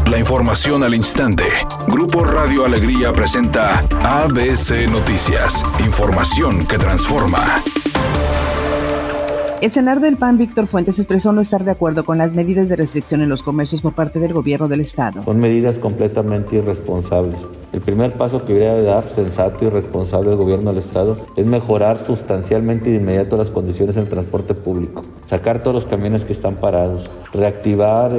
La información al instante. Grupo Radio Alegría presenta ABC Noticias. Información que transforma. El senador del PAN, Víctor Fuentes, expresó no estar de acuerdo con las medidas de restricción en los comercios por parte del gobierno del estado. Son medidas completamente irresponsables. El primer paso que debería dar, sensato y responsable el gobierno del estado, es mejorar sustancialmente y de inmediato las condiciones en el transporte público, sacar todos los camiones que están parados, reactivar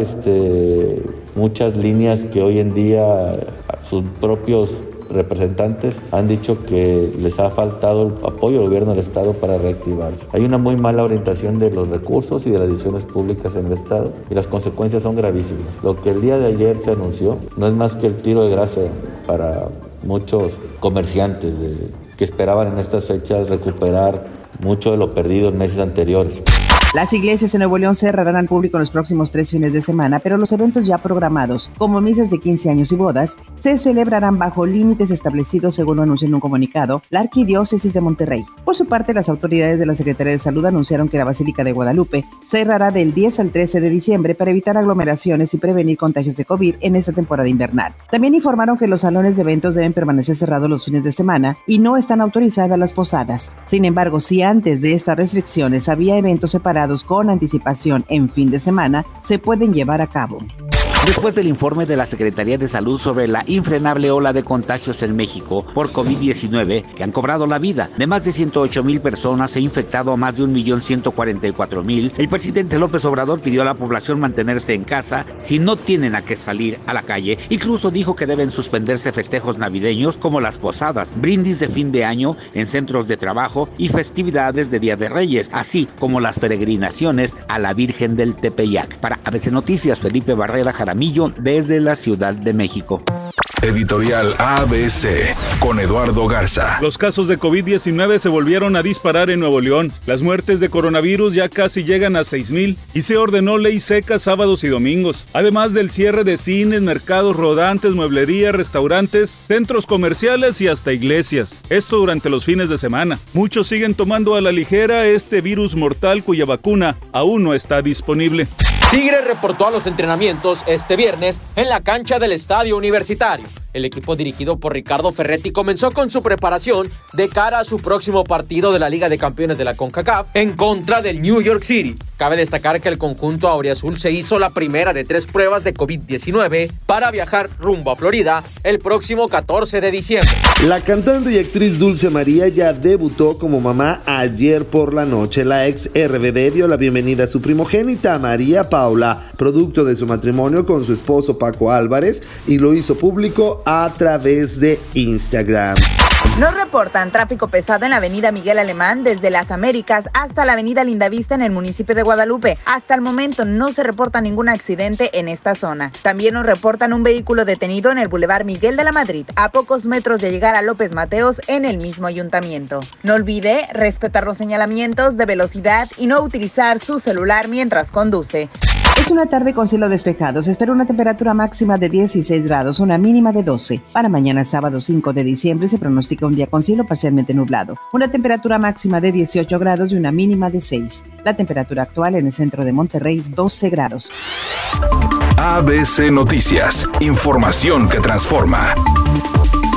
muchas líneas que hoy en día sus propios representantes han dicho que les ha faltado el apoyo del gobierno del estado para reactivarse. Hay una muy mala orientación de los recursos y de las decisiones públicas en el estado y las consecuencias son gravísimas. Lo que el día de ayer se anunció no es más que el tiro de gracia para muchos comerciantes que esperaban en estas fechas recuperar mucho de lo perdido en meses anteriores. Las iglesias en Nuevo León cerrarán al público en los próximos 3 fines de semana, pero los eventos ya programados, como misas de 15 años y bodas, se celebrarán bajo límites establecidos según lo anunció en un comunicado la Arquidiócesis de Monterrey. Por su parte, las autoridades de la Secretaría de Salud anunciaron que la Basílica de Guadalupe cerrará del 10 al 13 de diciembre para evitar aglomeraciones y prevenir contagios de COVID en esta temporada invernal. También informaron que los salones de eventos deben permanecer cerrados los fines de semana y no están autorizadas las posadas. Sin embargo, si antes de estas restricciones había eventos separados con anticipación en fin de semana, se pueden llevar a cabo. Después del informe de la Secretaría de Salud sobre la infrenable ola de contagios en México por COVID-19 que han cobrado la vida de más de 108,000 personas e infectado a más de 1,144,000, el presidente López Obrador pidió a la población mantenerse en casa si no tienen a qué salir a la calle. Incluso dijo que deben suspenderse festejos navideños como las posadas, brindis de fin de año en centros de trabajo y festividades de Día de Reyes, así como las peregrinaciones a la Virgen del Tepeyac. Para ABC Noticias, Felipe Barrera Jaramillo, desde la Ciudad de México. Editorial ABC con Eduardo Garza. Los casos de COVID-19 se volvieron a disparar en Nuevo León. Las muertes de coronavirus ya casi llegan a 6,000 y se ordenó ley seca sábados y domingos. Además del cierre de cines, mercados, rodantes, mueblería, restaurantes, centros comerciales y hasta iglesias. Esto durante los fines de semana. Muchos siguen tomando a la ligera este virus mortal cuya vacuna aún no está disponible. Tigres reportó a los entrenamientos este viernes en la cancha del Estadio Universitario. El equipo dirigido por Ricardo Ferretti comenzó con su preparación de cara a su próximo partido de la Liga de Campeones de la CONCACAF en contra del New York City. Cabe destacar que el conjunto auriazul se hizo la primera de 3 pruebas de COVID-19 para viajar rumbo a Florida el próximo 14 de diciembre. La cantante y actriz Dulce María ya debutó como mamá ayer por la noche. La ex RBD dio la bienvenida a su primogénita María Paula, producto de su matrimonio con su esposo Paco Álvarez, y lo hizo público a través de Instagram. Nos reportan tráfico pesado en la avenida Miguel Alemán desde Las Américas hasta la avenida Lindavista en el municipio de Guadalupe. Hasta el momento no se reporta ningún accidente en esta zona. También nos reportan un vehículo detenido en el Boulevard Miguel de la Madrid, a pocos metros de llegar a López Mateos en el mismo ayuntamiento. No olvide respetar los señalamientos de velocidad y no utilizar su celular mientras conduce. Es una tarde con cielo despejado. Se espera una temperatura máxima de 16 grados, una mínima de 12. Para mañana sábado 5 de diciembre se pronostica un día con cielo parcialmente nublado. Una temperatura máxima de 18 grados y una mínima de 6. La temperatura actual en el centro de Monterrey, 12 grados. ABC Noticias. Información que transforma.